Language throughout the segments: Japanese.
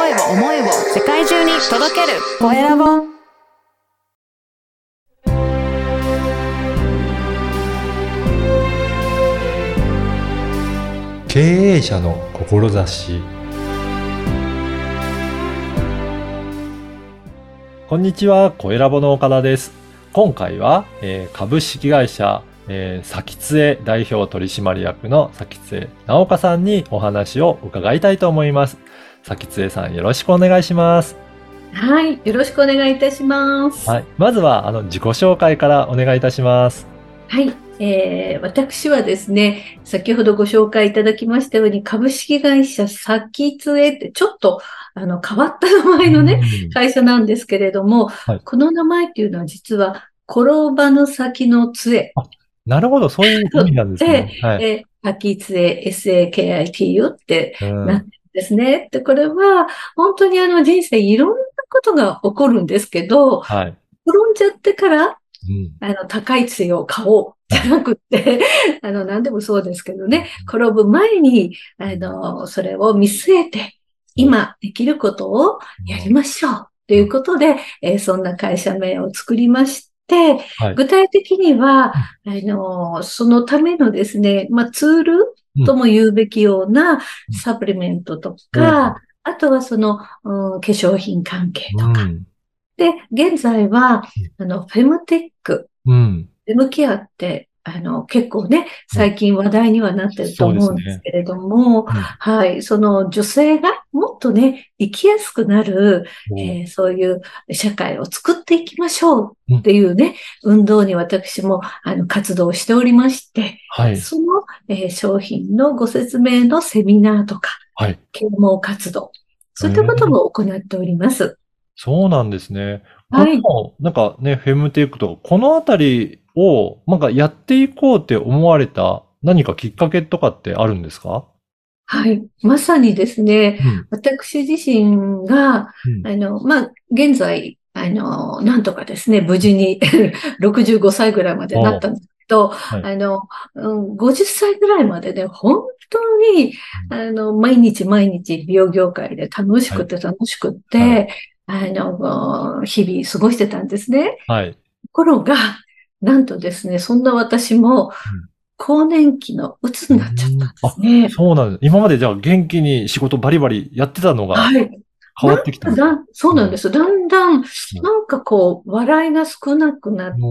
声を世界中に届けるコエラボ。 経営者の志。こんにちは、コエラボの岡田です。今回は、株式会社、先津江代表取締役の先津江直岡さんにお話を伺いたいと思います。先津江さん、よろしくお願いします。 はい、よろしくお願いいたします。 はい、まずは自己紹介からお願いいたします。 はい、私はですね、先ほどご紹介いただきましたように、株式会社先津江ってちょっと変わった名前のね、会社なんですけれども、 はい、 この名前っていうのは実は転ばぬ先の杖。 なるほど、そういう意味なんですね。はい。 先津江 SAKITU ってなってるんですね。で、これは本当に人生いろんなことが起こるんですけど、 はい。 転んじゃってから、高い杖を買おうじゃなくって、何でもそうですけどね、転ぶ前に、それを見据えて、今できることをやりましょうということで、そんな会社名を作りまして、 はい、 具体的には、そのためのですね、ツールとも言うべきようなサプリメントとか、あとはその、化粧品関係とか、で、現在は、フェムテック、フェムケアって、結構ね、最近話題にはなってると思うんですけれども、はい、その女性がもっとね、生きやすくなる、そういう社会を作っていきましょうっていうね、運動に私も、活動しておりまして、その、商品のご説明のセミナーとか、啓蒙活動、そういったことも行っております。 そうなんですね。 はい。 なんかね、フェムテックとか、このあたりを、なんかやっていこうって思われた何かきっかけとかってあるんですか？ はい。まさにですね、私自身が、現在、なんとかですね、無事に65歳ぐらいまでなったんですけど、50歳ぐらいまでね、本当に、毎日毎日美容業界で楽しくて、日々過ごしてたんですね。ところが、なんとですね、そんな私も、更年期の鬱になっちゃったんですね。 そうなんです。今までじゃあ元気に仕事バリバリやってたのが変わってきたんですか？ そうなんです。だんだん、なんかこう、笑いが少なくなって、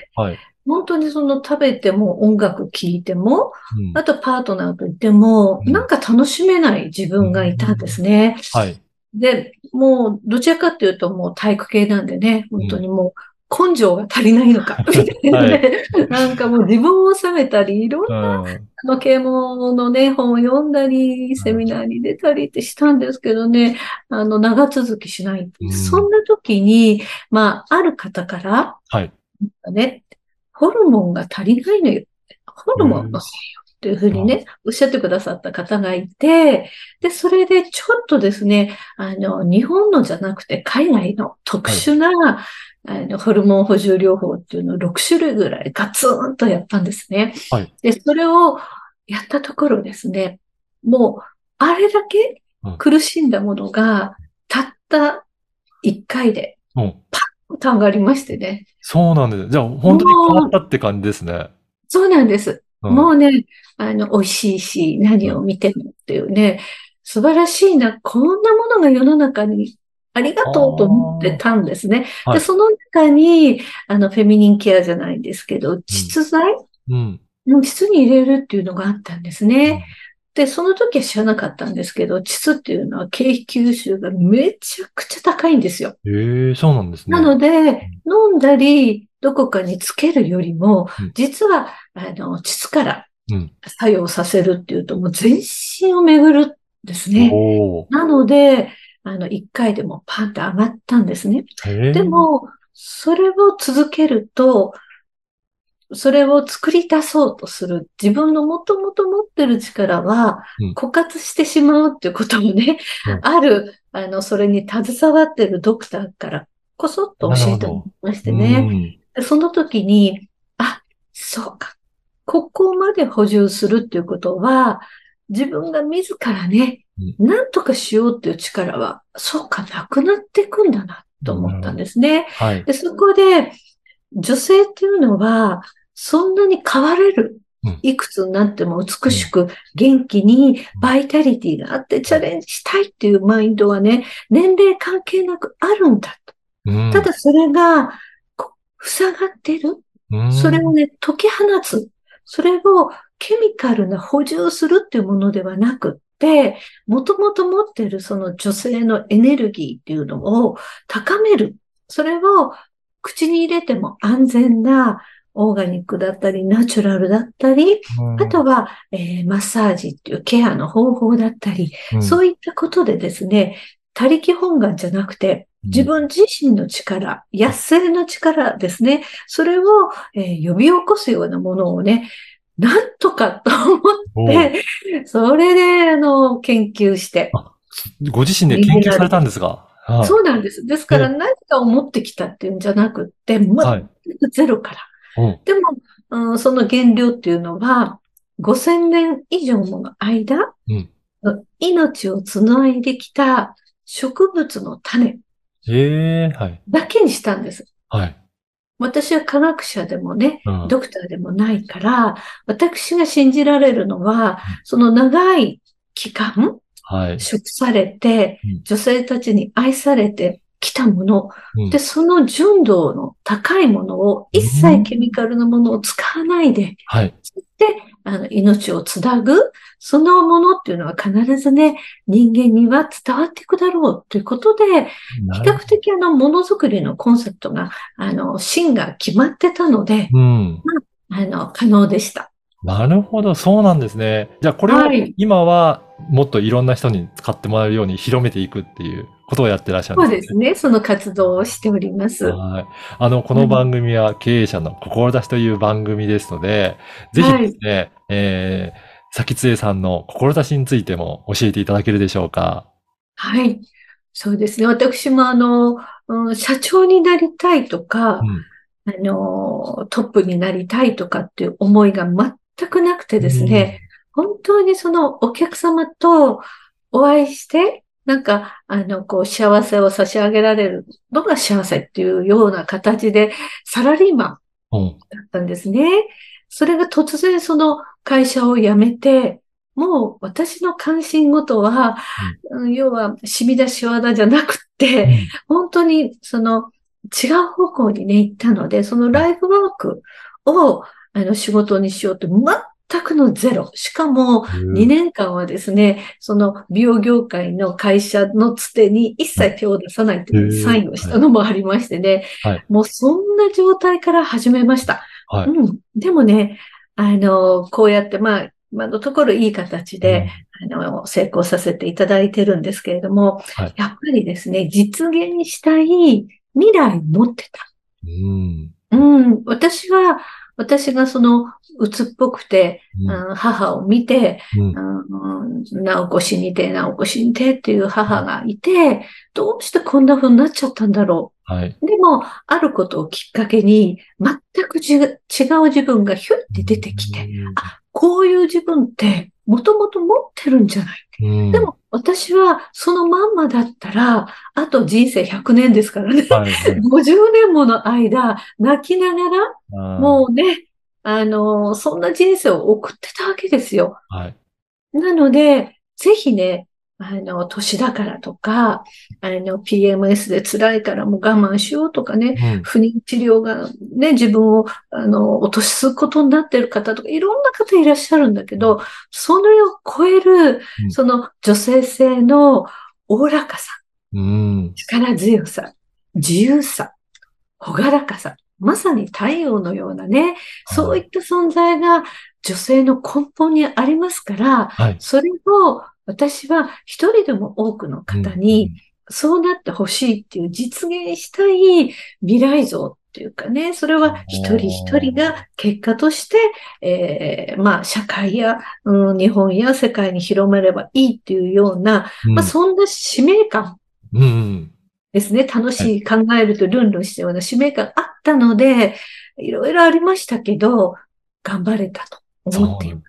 本当にその食べても音楽聴いても、あとパートナーといても、なんか楽しめない自分がいたんですね。で、もう、どちらかというともう体育系なんでね、本当にもう、根性が足りないのか、みたいなね。なんかもう自分を責めたり、いろんな、啓蒙のね、本を読んだり、セミナーに出たりってしたんですけどね、長続きしない。そんな時に、ある方から、ね、ホルモンが足りないのよ。ホルモンのせいよ。というふうにね、おっしゃってくださった方がいて、で、それでちょっとですね、日本のじゃなくて海外の特殊な、ホルモン補充療法っていうのを6種類ぐらいガツンとやったんですね。で、それをやったところですね、もう、あれだけ苦しんだものが、たった1回で、パッと上がりましてね。 そうなんです。じゃあ、本当に変わったって感じですね。 そうなんです。もうね、美味しいし、何を見てもっていうね、素晴らしいな、こんなものが世の中にありがとうと思ってたんですね。で、その中に、フェミニンケアじゃないんですけど、膣剤の膣に入れるっていうのがあったんですね。で、その時は知らなかったんですけど、膣っていうのは経皮吸収がめちゃくちゃ高いんですよ。 そうなんですね。 なので、飲んだり、どこかにつけるよりも、実は、膣から作用させるっていうと、もう全身を巡るんですね。なので、一回でもパンと上がったんですね。でも、それを続けると、それを作り出そうとする自分のもともと持ってる力は枯渇してしまうっていうことをね、ある、それに携わってるドクターからこそっと教えてもらいましてね。その時に、そうか。ここまで補充するっていうことは、 自分が自らね、何とかしようっていう力は、そうか、なくなっていくんだな、と思ったんですね。 はい。 で、そこで、女性っていうのは、そんなに変われる。いくつになっても美しく、元気に、バイタリティがあってチャレンジしたいっていうマインドはね、年齢関係なくあるんだと。ただそれが、塞がってる。それをね、解き放つ。それをケミカルな補充するっていうものではなくって、もともと持っているその女性のエネルギーっていうのを高める。それを口に入れても安全なオーガニックだったり、ナチュラルだったり、あとは、マッサージっていうケアの方法だったり、そういったことでですね、他力本願じゃなくて、自分自身の力、野生の力ですね。それを、呼び起こすようなものをね、なんとかと思って、それで、研究して。 ご自身で研究されたんですか？ はい、そうなんです。ですから何かを持ってきたっていうんじゃなくって、全くゼロから。でも、その原料っていうのは、5000年以上もの間、命をつないできた植物の種だけにしたんです。私は科学者でもね、ドクターでもないから、私が信じられるのは、その長い期間、食されて、女性たちに愛されてきたもの、で、その純度の高いものを、一切ケミカルなものを使わないで、そして命をつなぐ、そのものっていうのは必ずね、人間には伝わっていくだろうということで、比較的ものづくりのコンセプトが、芯が決まってたので、可能でした。 なるほど、そうなんですね。じゃあこれを今はもっといろんな人に使ってもらえるように広めていくっていうことをやってらっしゃるんですね。 そうですね。その活動をしております。 はい。この番組は経営者の志という番組ですので、ぜひですね、崎津江さんの志についても教えていただけるでしょうか。 はい。そうですね。私も社長になりたいとか、トップになりたいとかっていう思いが全くなくてですね、本当にそのお客様とお会いして、なんか、幸せを差し上げられるのが幸せっていうような形で、サラリーマンだったんですね。それが突然その会社を辞めて、もう私の関心事は、要は、しみだしわだじゃなくて、本当にその違う方向にね、行ったので、そのライフワークを仕事にしようと全くのゼロ。しかも、2年間はですね、その美容業界の会社のつてに一切手を出さないというサインをしたのもありましてね、もうそんな状態から始めました。でもね、こうやって、今のところいい形で、成功させていただいてるんですけれども、やっぱりですね、実現したい未来を持ってた。私がその、鬱っぽくて、母を見て、直子死にて、直子死にてっていう母がいて、どうしてこんな風になっちゃったんだろう。でも、あることをきっかけに、全く違う自分がひょって出てきて、こういう自分ってもともと持ってるんじゃない。でも私はそのまんまだったら、あと人生100年ですからね。50年もの間、泣きながら、もうね、そんな人生を送ってたわけですよ。なので、ぜひね、年だからとか、PMS で辛いからもう我慢しようとかね、不妊治療がね、自分を、落とすことになっている方とか、いろんな方いらっしゃるんだけど、それを超える、その女性性のおおらかさ、力強さ、自由さ、ほがらかさ、まさに太陽のようなね、そういった存在が女性の根本にありますから、それを私は一人でも多くの方にそうなってほしいっていう実現したい未来像っていうかね、それは一人一人が結果として、社会や、日本や世界に広めればいいっていうような、そんな使命感ですね。楽しい、考えるとルンルンしたような使命感あったので、いろいろありましたけど、頑張れたと思っています。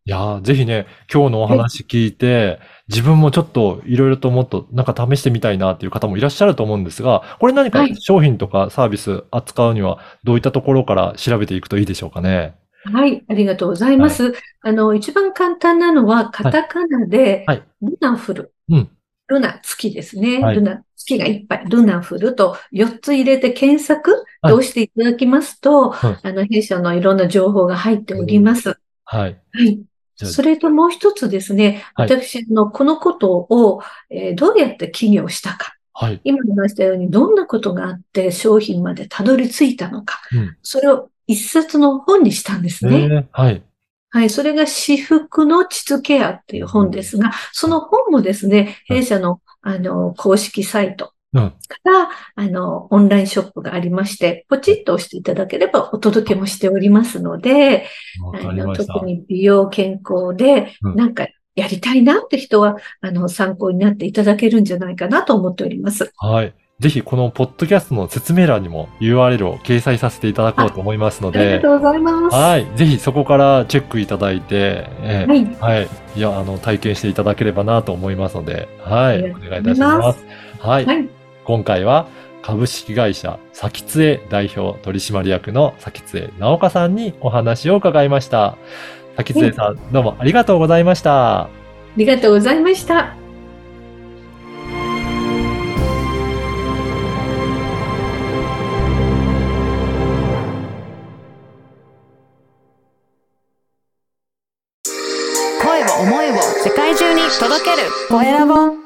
いやー、ぜひね、今日のお話聞いて、自分もちょっといろいろともっとなんか試してみたいなっていう方もいらっしゃると思うんですが、これ何かはい。 商品とかサービス扱うにはどういったところから調べていくといいでしょうかね。 はい。ありがとうございまはい。 す。一番簡単なのは、カはい。 タカナで、 はい。 ルナフル。 うん。 ルナ、月ですね。 はい。 月がいっぱい。ルナフルと4つ入れて検索はい。 と押していただきますと、 うん。 弊社のいろんな情報が入っておりおー。 ます。 はい。 はい。 じゃあ、 それともう一つですね、 はい。 私のこのことを、どうやって起業したか。 はい。 今言いましたように、どんなことがあって商品までたどり着いたのか。 うん。 それを一冊の本にしたんですね。 はい。 はい。それが至福の膣ケアっていう本ですが、その本もですね、 はい。 弊社の、公式サイトうん。 から、オンラインショップがありまして、ポチッと押していただければお届けもしておりますので、 わかりました。 特に美容健康で、 うん。 なんかやりたいなって人は、参考になっていただけるんじゃないかなと思っております。 はい。ぜひ、このポッドキャストの説明欄にも URL を掲載させていただこうあ、 と思いますのありがで、 とうございます。 はい。ぜひそこからチェックいただいて、 はい。 はい。いや、体験していただければなと思いますので、はい。 ありがとお願いいうございます。 たします。はい。 はい。 今回は株式会社先津江代表取締役の先津江直香さんにお話を伺いました。先はい。 津江さん、どうもありがとうございました。 ありがとうございました。 声を思いを世界中に届けるコエラボ。